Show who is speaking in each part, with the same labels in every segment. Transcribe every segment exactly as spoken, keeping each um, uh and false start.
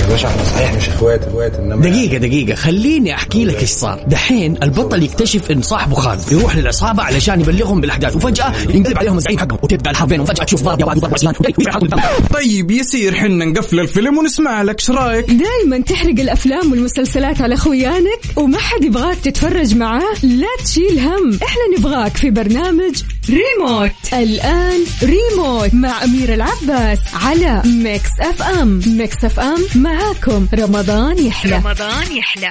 Speaker 1: يا باشا احنا صحيح مش اخوات اخوات انما
Speaker 2: دقيقة دقيقة خليني احكي لك ايش صار. دحين البطل يكتشف ان صاحبه خان يروح للعصابة علشان يبلغهم بالاحداث وفجأة ينقلب عليهم الزعيم حقهم وتبدا الحرب بينهم وفجأة تشوف ضرب يا واد وضرب عصيان.
Speaker 3: طيب يصير حنا نقفل الفيلم ونسمع لك ايش رايك؟
Speaker 4: دايما تحرق الافلام والمسلسلات على خويانك وما حد يبغاك تتفرج معاه؟ لا تشيل هم، احنا نبغاك في برنامج ريموت. الآن ريموت مع أمير العباس على ميكس اف ام. ميكس اف ام معاكم رمضان يحلى. رمضان يحلى.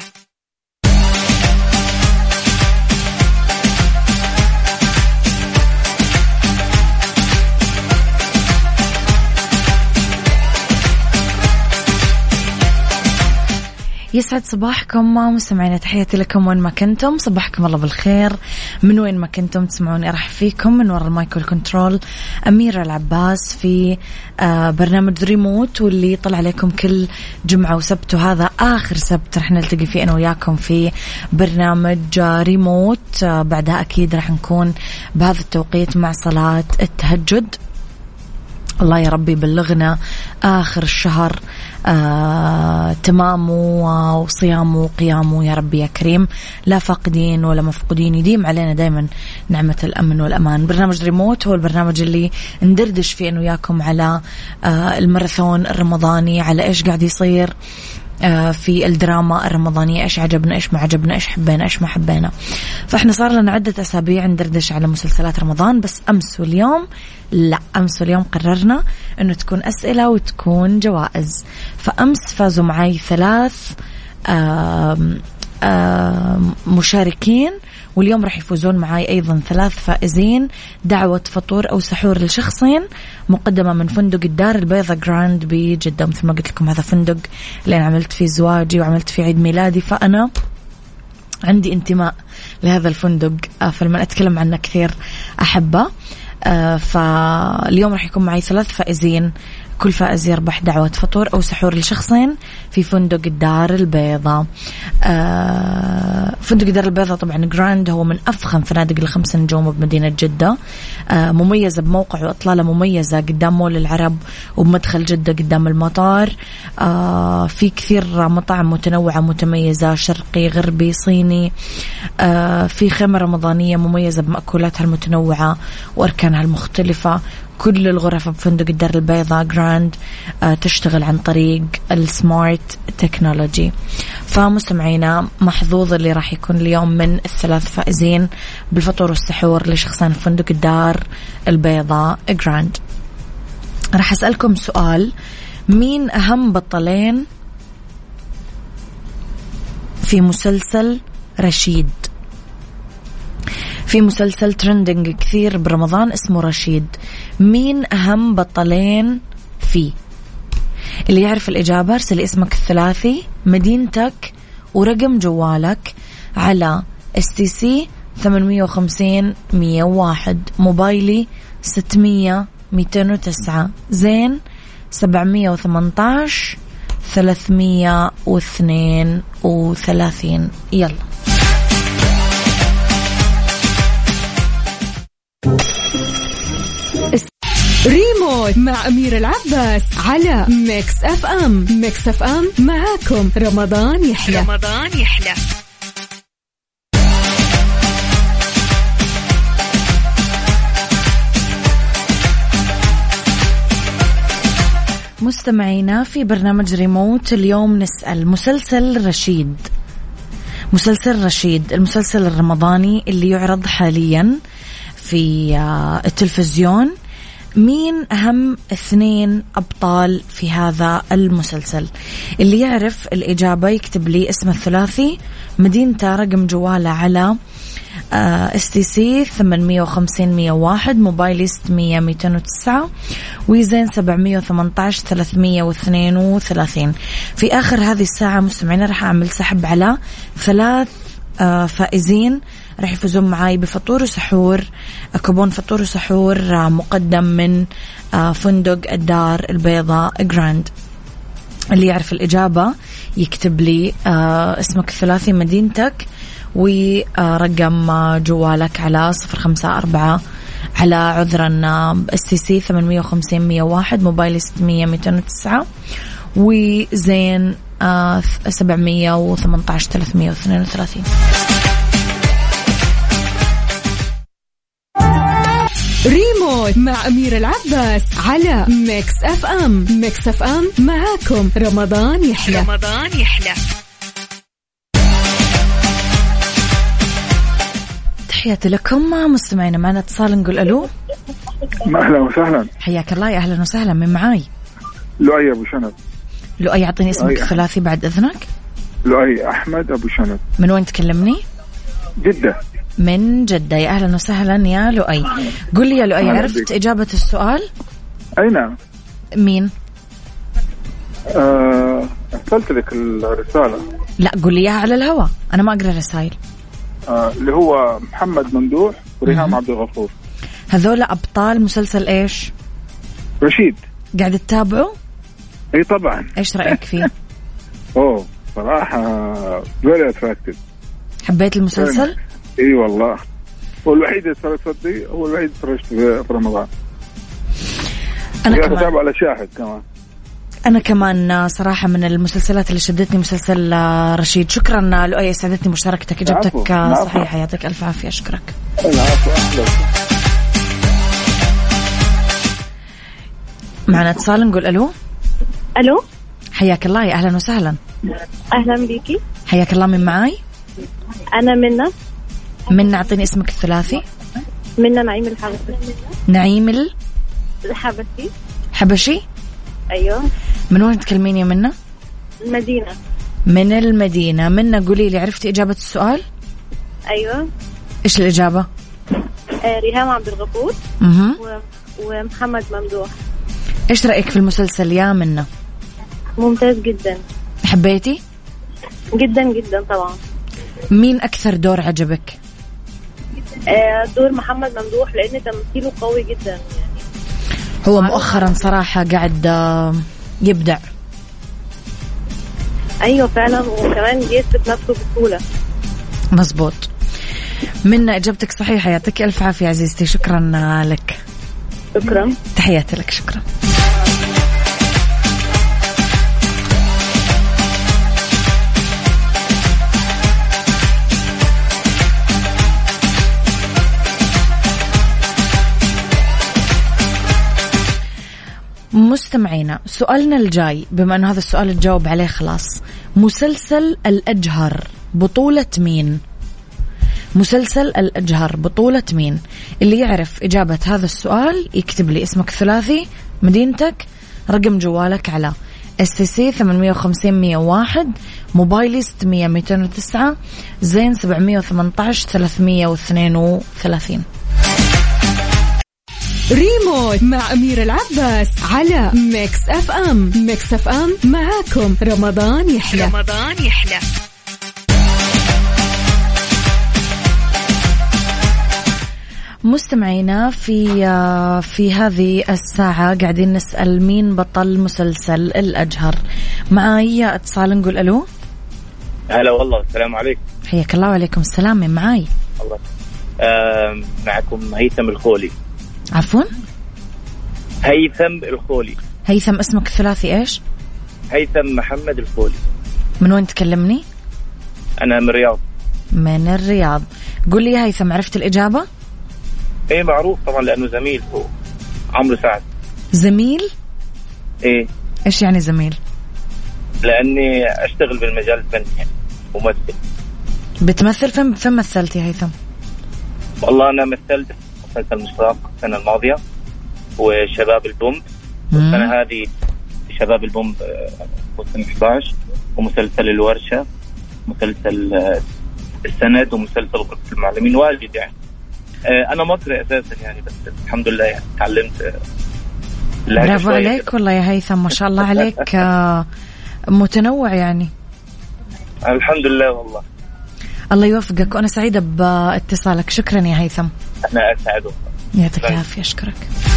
Speaker 5: يسعد صباحكم مستمعين، تحياتي لكم وين ما كنتم، صباحكم الله بالخير من وين ما كنتم تسمعوني. أرحب فيكم من وراء المايك والكنترول أميرة العباس في برنامج ريموت، واللي يطلع عليكم كل جمعة وسبت، وهذا آخر سبت رح نلتقي فيه أنا وياكم في برنامج ريموت. بعدها أكيد رح نكون بهذا التوقيت مع صلاة التهجد. الله يا ربي بلغنا آخر الشهر آه، تمامه وصيامه وقيامه يا ربي يا كريم، لا فاقدين ولا مفقودين، يديم علينا دايما نعمة الأمن والأمان. برنامج ريموت هو البرنامج اللي ندردش فيه أنا وياكم على آه، الماراثون الرمضاني، على إيش قاعد يصير في الدراما الرمضانية، إيش عجبنا إيش ما عجبنا، إيش حبينا إيش ما حبينا. فإحنا صار لنا عدة أسابيع ندردش على مسلسلات رمضان، بس أمس واليوم لا، أمس واليوم قررنا إنه تكون أسئلة وتكون جوائز. فأمس فازوا معي ثلاث آم آم مشاركين، واليوم راح يفوزون معاي أيضا ثلاث فائزين دعوة فطور أو سحور لشخصين مقدمة من فندق الدار البيضاء جراند بجدة. مثل ما قلت لكم هذا فندق اللي أنا عملت فيه زواجي وعملت فيه عيد ميلادي، فأنا عندي انتماء لهذا الفندق، فلما أتكلم عنه كثير أحبه. فاليوم راح يكون معي ثلاث فائزين، كل فائز يربح دعوة فطور أو سحور لشخصين في فندق الدار البيضاء. آه فندق الدار البيضاء طبعا جراند هو من أفخم فنادق الخمس نجوم بمدينة جدة، آه مميزة بموقع وإطلالة مميزة قدام مول العرب وبمدخل جدة قدام المطار. آه في كثير مطاعم متنوعة متميزة، شرقي غربي صيني. آه في خيمة رمضانية مميزة بمأكولاتها المتنوعة وأركانها المختلفة. كل الغرف بفندق الدار البيضاء جراند آه تشتغل عن طريق السمارت تكنولوجي. فمستمعينا محظوظ اللي راح يكون اليوم من الثلاث فائزين بالفطور والسحور لشخصين في فندق الدار البيضاء جراند. راح أسألكم سؤال: مين أهم بطلين في مسلسل رشيد؟ في مسلسل ترندنج كثير برمضان اسمه رشيد، مين أهم بطلين فيه؟ اللي يعرف الإجابة ارسل اسمك الثلاثي، مدينتك، ورقم جوالك على اس تي سي ثمانية وخمسين مية وواحد، موبايلي ستمية ميتين وتسعة، زين سبعمية وثمانية عشر ثلاثمية واثنين وثلاثين. يلا
Speaker 4: ريموت مع أمير العباس على ميكس اف ام. ميكس اف ام معاكم رمضان يحلى. رمضان يحلى.
Speaker 5: مستمعينا في برنامج ريموت اليوم نسأل: مسلسل رشيد، مسلسل رشيد المسلسل الرمضاني اللي يعرض حاليا في التلفزيون، مين أهم اثنين أبطال في هذا المسلسل؟ اللي يعرف الإجابة يكتب لي اسم الثلاثي، مدينته، رقم جواله على اس تي سي ثمانمية وخمسين مية وواحد، موبايلي ستمية ميتين وتسعة، ويزين سبعمية وثمانية عشر ثلاثمية واثنين وثلاثين. في آخر هذه الساعة مستمعين راح أعمل سحب على ثلاث فائزين راح يفوزون معاي بفطور وسحور، كوبون فطور وسحور مقدم من فندق الدار البيضاء جراند. اللي يعرف الإجابة يكتب لي اسمك الثلاثي، مدينتك، ورقم جوالك على صفر خمسة أربعة على عذرا اس تي سي ثمانمية وخمسين مية وواحد، موبايل ستمية ميتين وتسعة، وزين آه سبعمية وثمانية عشر ثلاثمية واثنين وثلاثين.
Speaker 4: ريموت مع أميرة العباس على ميكس أف أم. ميكس أف أم معاكم رمضان يحلى. رمضان يحلى.
Speaker 5: تحياتي لكم مستمعينا. معنا اتصال نقول ألو.
Speaker 6: أهلا وسهلا.
Speaker 5: حياك الله. يا أهلا وسهلا. من معاي؟
Speaker 6: لؤي أبو شنب.
Speaker 5: لؤي أعطيني اسمك الثلاثي بعد إذنك.
Speaker 6: لؤي أحمد أبو شنب.
Speaker 5: من وين تكلمني؟
Speaker 6: جدة.
Speaker 5: من جدة. يا أهلا وسهلا يا لؤي. قل لي يا لؤي، عرفت بيك. إجابة السؤال؟
Speaker 6: أي نعم.
Speaker 5: مين؟
Speaker 6: آه، أرسلت لك الرسالة.
Speaker 5: لا قل لي إياها على الهواء، أنا ما أقرأ رسائل.
Speaker 6: آه، اللي هو محمد ممدوح وريهام عبد الغفور.
Speaker 5: هذول أبطال مسلسل إيش؟
Speaker 6: رشيد.
Speaker 5: قاعد تتابعه؟
Speaker 6: أي طبعا.
Speaker 5: إيش رأيك فيه؟
Speaker 6: أوه صراحة very attractive.
Speaker 5: حبيت المسلسل؟
Speaker 6: اي والله. هو الوحيد اللي صدقي هو الوحيد اللي في رمضان.
Speaker 5: انا كمان
Speaker 6: اتابع على شاهد كمان.
Speaker 5: انا كمان صراحه من المسلسلات اللي شدتني مسلسل رشيد. شكرا لؤي، سعدتني مشاركتك. اجابتك صحيحه. يعطيك الف عافيه. اشكرك.
Speaker 6: العفو. اهلا.
Speaker 5: معنا اتصال نقول الو.
Speaker 7: الو.
Speaker 5: حياك الله. يا اهلا وسهلا.
Speaker 7: اهلا بيكي.
Speaker 5: حياك الله. من معاي؟
Speaker 7: انا منى.
Speaker 5: منى اعطيني اسمك الثلاثي.
Speaker 7: منى نعيم الحبشي.
Speaker 5: نعيم ال...
Speaker 7: الحبشي.
Speaker 5: حبشي.
Speaker 7: ايوه.
Speaker 5: من وين تكلميني يا منى؟
Speaker 7: المدينة.
Speaker 5: من المدينة. منى قولي لي، عرفتي إجابة السؤال؟
Speaker 7: ايوه.
Speaker 5: ايش الإجابة؟
Speaker 7: آه ريهام عبد الغفور
Speaker 5: اها
Speaker 7: و... ومحمد ممدوح.
Speaker 5: ايش رأيك في المسلسل يا منى؟
Speaker 7: ممتاز جدا.
Speaker 5: حبيتي؟
Speaker 7: جدا جدا طبعا.
Speaker 5: مين أكثر دور عجبك؟
Speaker 7: آه دور محمد ممدوح، لأن تمثيله قوي جدا يعني.
Speaker 5: هو مؤخرا صراحة قاعد يبدع.
Speaker 7: أيوة فعلا، وكمان يثبت نفسه بسهولة.
Speaker 5: مزبوط. منى إجابتك صحيحة. يعطيك ألف عافية عزيزتي. شكرا لك.
Speaker 7: شكرا.
Speaker 5: تحياتي لك. شكرا. مستمعينا، سؤالنا الجاي بما أنه هذا السؤال تجاوب عليه خلاص. مسلسل الأجهر بطولة مين؟ مسلسل الأجهر بطولة مين؟ اللي يعرف إجابة هذا السؤال يكتب لي اسمك الثلاثي، مدينتك، رقم جوالك على اس سي ثمانية خمسين مية وواحد، موبايلي ستمية ميتين وتسعة، زين سبعمية وثمانية عشر ثلاثمية واثنين وثلاثين.
Speaker 4: ريموت مع أميرة العباس على ميكس أف أم. ميكس أف أم معاكم رمضان يحلى. رمضان يحلى.
Speaker 5: مستمعينا في في هذه الساعة قاعدين نسأل مين بطل مسلسل الأجهر. معاي اتصال نقول ألو.
Speaker 8: هلا والله. السلام عليكم.
Speaker 5: حياك الله. وعليكم السلام. من معاي؟
Speaker 8: الله. آه معكم هيثم الخولي.
Speaker 5: عفوا؟
Speaker 8: هيثم الخولي.
Speaker 5: هيثم اسمك الثلاثي ايش؟
Speaker 8: هيثم محمد الخولي.
Speaker 5: من وين تكلمني؟
Speaker 8: أنا من الرياض.
Speaker 5: من الرياض. قل لي يا هيثم، عرفت الإجابة؟
Speaker 8: ايه معروف طبعا، لأنه زميل هو عمرو سعد.
Speaker 5: زميل؟
Speaker 8: ايه.
Speaker 5: ايش يعني زميل؟
Speaker 8: لأني أشتغل بالمجال الفني يعني ممثل.
Speaker 5: بتمثل؟ فين فين مثلت يا هيثم؟
Speaker 8: والله أنا مثلت مسلسل مشتاق السنة الماضية، وشباب البومب السنة هذه شباب البومب موسم أحد عشر، ومسلسل الورشة، مسلسل السند، ومسلسل غرفة المعلمين. واجد يعني. أنا مصري أساسا يعني، بس الحمد لله يعني تعلمت.
Speaker 5: برافو عليك والله يا هيثم، ما شاء الله عليك. متنوع يعني.
Speaker 8: الحمد لله والله.
Speaker 5: الله يوفقك، وأنا سعيدة باتصالك. شكرا يا هيثم.
Speaker 8: أنا أسعد.
Speaker 5: يعطيك العافية. أشكرك.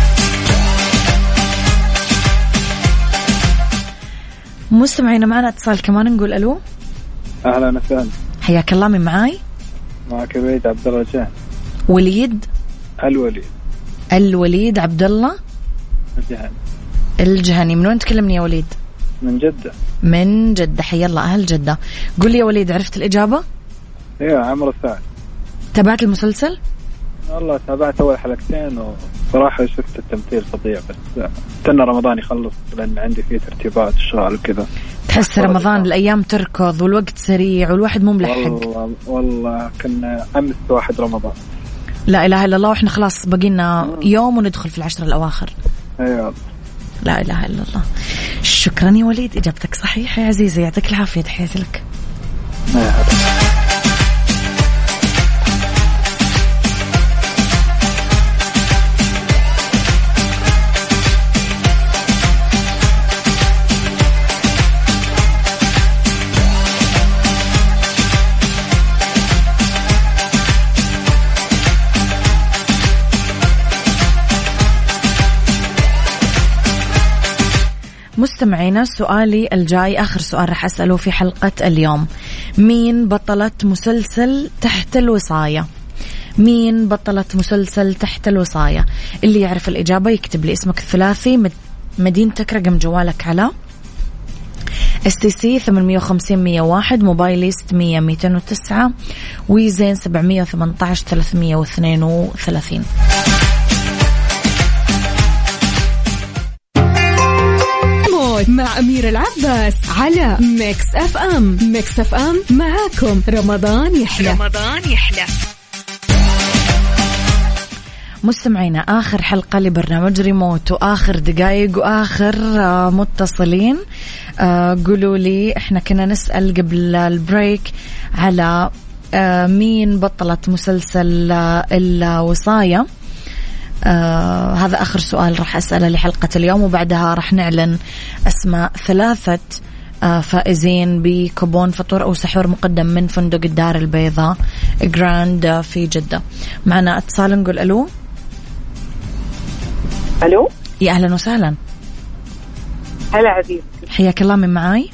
Speaker 5: مستمعينا معنا اتصال كمان نقول ألو.
Speaker 6: أهلا وسهلا.
Speaker 5: حياك الله. من معاي؟
Speaker 6: معك وليد عبد الله الجهني.
Speaker 5: وليد
Speaker 6: الوليد
Speaker 5: الوليد عبد الله
Speaker 6: الجهني.
Speaker 5: الجهني. من وين تكلمني يا وليد؟
Speaker 9: من جدة.
Speaker 5: من جدة، حي الله أهل جدة. قل لي يا وليد، عرفت الإجابة؟
Speaker 9: إيه عمرو سعد.
Speaker 5: تابعت المسلسل؟
Speaker 9: والله تابعت أول حلقتين وصراحة شفت التمثيل فظيع، بس استنى رمضان يخلص لأن عندي فيه ترتيبات الشغل وكذا.
Speaker 5: تحس رمضان الأيام تركض والوقت سريع والواحد مو ملحق.
Speaker 9: والله والله كنا أمس واحد رمضان.
Speaker 5: لا إله إلا الله، وإحنا خلاص بقينا يوم وندخل في العشر الأواخر.
Speaker 9: أيوة.
Speaker 5: لا إله إلا الله. شكرا يا وليد، إجابتك صحيحة يا عزيزي، يعطيك العافية، تحياتي لك. مستمعينا، سؤالي الجاي آخر سؤال رح أسأله في حلقة اليوم. مين بطلة مسلسل تحت الوصاية؟ مين بطلة مسلسل تحت الوصاية؟ اللي يعرف الإجابة يكتب لي اسمك الثلاثي، مدينتك، رقم جوالك على اس تي سي ثمانية وخمسين مية وواحد، موبايليست مية ميتين وتسعة، ويزين سبعمية وثمانية عشر ثلاثمية واثنين وثلاثين.
Speaker 4: مع أميرة العباس على ميكس أف أم. ميكس أف أم معاكم رمضان يحلى. رمضان يحلى.
Speaker 5: مستمعينا، آخر حلقة لبرنامج ريموت وآخر دقايق وآخر متصلين. قولوا لي، احنا كنا نسأل قبل البريك على مين بطلت مسلسل الوصاية. آه هذا آخر سؤال راح أسأله لحلقة اليوم، وبعدها راح نعلن أسماء ثلاثة آه فائزين بكوبون فطور أو سحور مقدم من فندق الدار البيضاء جراند في جدة. معنا اتصال، نقول ألو.
Speaker 7: ألو،
Speaker 5: يا أهلا وسهلا.
Speaker 7: هلا عزيز،
Speaker 5: حياك الله. من معاي؟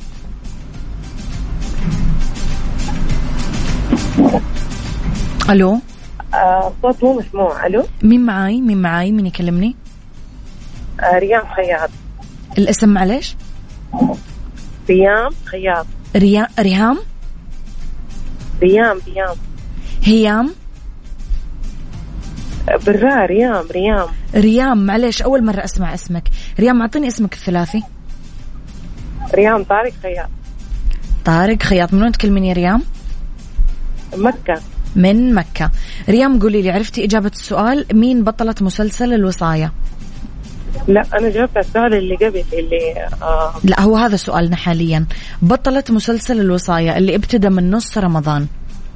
Speaker 5: ألو.
Speaker 7: صوت مو مسموع. ألو،
Speaker 5: مين معاي؟ مين معاي؟ مين يكلمني؟
Speaker 7: آه ريام خياط.
Speaker 5: الاسم معلش؟
Speaker 7: ريام خياط.
Speaker 5: ريام ريهام
Speaker 7: ريام ريام
Speaker 5: هيام
Speaker 7: برا. ريام ريام
Speaker 5: ريام معلش، أول مرة أسمع اسمك. ريام، أعطيني اسمك الثلاثي.
Speaker 7: ريام طارق خياط.
Speaker 5: طارق خياط. من وين تكلميني يا ريام؟
Speaker 7: مكة.
Speaker 5: من مكة. ريام، قولي لي، عرفتي إجابة السؤال مين بطلة مسلسل الوصاية؟
Speaker 7: لا، أنا جاوبت السؤال اللي قبل اللي آه.
Speaker 5: لا، هو هذا سؤالنا حاليا. بطلة مسلسل الوصاية اللي ابتدى من نص رمضان.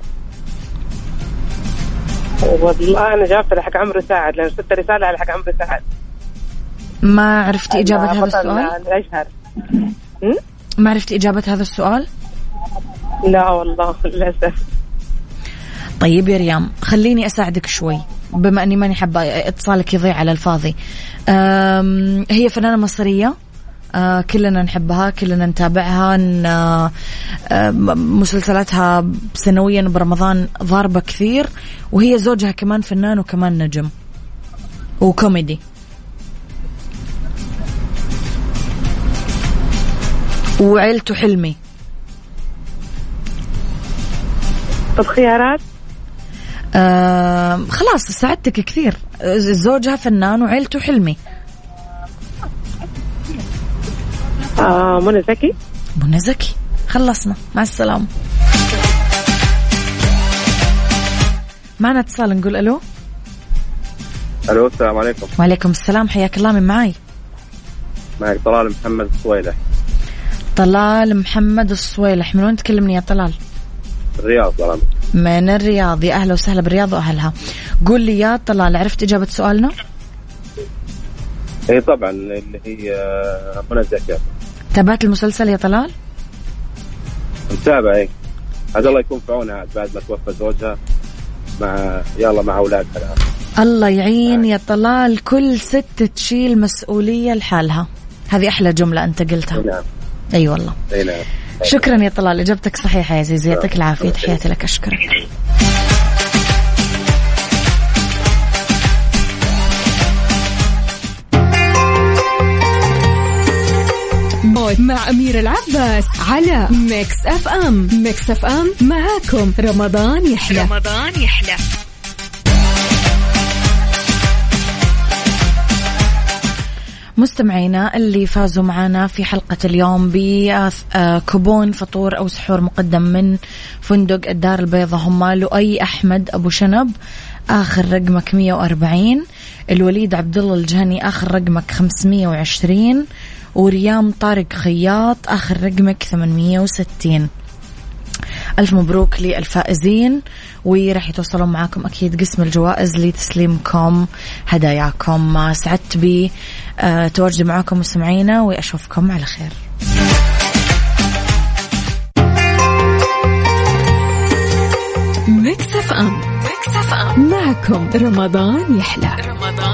Speaker 7: والله أنا جاوبت على حق عمرو سعد، لأن شفت رسالة على حق عمرو سعد.
Speaker 5: ما عرفتي إجابة هذا السؤال؟
Speaker 7: الأشهر.
Speaker 5: ما عرفتي إجابة هذا السؤال؟
Speaker 7: لا والله للأسف.
Speaker 5: طيب يا ريام، خليني أساعدك شوي بما أني ماني حابة اتصالك يضيع على الفاضي. هي فنانة مصرية، آه كلنا نحبها، كلنا نتابعها، آه مسلسلاتها سنويا برمضان ضاربة كثير، وهي زوجها كمان فنان وكمان نجم وكوميدي. وعيلته حلمي.
Speaker 7: طب خيارات؟
Speaker 5: آه خلاص ساعدتك كثير. زوجها فنان وعيلته حلمي.
Speaker 7: آه منى زكي.
Speaker 5: منى زكي. خلصنا، مع السلامة. معنا اتصال، نقول ألو.
Speaker 10: ألو، السلام عليكم.
Speaker 5: وعليكم السلام، حياك الله. من معاي؟
Speaker 10: معك طلال محمد الصويلح.
Speaker 5: طلال محمد الصويلح. من وين تكلمني يا طلال؟
Speaker 10: الرياض. طلال
Speaker 5: من الرياض. يا أهلا وسهلا بالرياض وأهلها. قول لي يا طلال، عرفت إجابة سؤالنا؟
Speaker 10: اي طبعا، اللي هي منى زكي.
Speaker 5: تابعت المسلسل يا طلال؟
Speaker 10: متابع. اي هذا الله يكون في عونها بعد ما توفى زوجها مع يلا مع اولادها.
Speaker 5: الله يعين يا طلال، كل ست تشيل مسؤولية لحالها. هذه أحلى جملة أنت قلتها.
Speaker 10: نعم.
Speaker 5: أي أيوة والله.
Speaker 10: اي نعم.
Speaker 5: شكرا يا طلال، إجابتك صحيحة يا عزيزي، يعطيك العافية، تحياتي لك، أشكرك.
Speaker 4: ريموت مع أميرة العباس على ميكس أف أم. ميكس أف أم معاكم رمضان يحلى. رمضان يحلى.
Speaker 5: مستمعينا اللي فازوا معنا في حلقة اليوم بكوبون فطور أو سحور مقدم من فندق الدار البيضاء هم لؤي أحمد أبو شنب آخر رقمك مية وأربعين، الوليد عبد الله الجهني آخر رقمك خمسمية وعشرين، وريام طارق خياط آخر رقمك ثمانمية وستين. ألف مبروك للفائزين، ورح يتوصلون معاكم أكيد قسم الجوائز لتسليمكم هداياكم. سعدت بي تواجدي معاكم مستمعينا، وأشوفكم على خير.
Speaker 4: ميكس أف أم معكم رمضان يحلى. رمضان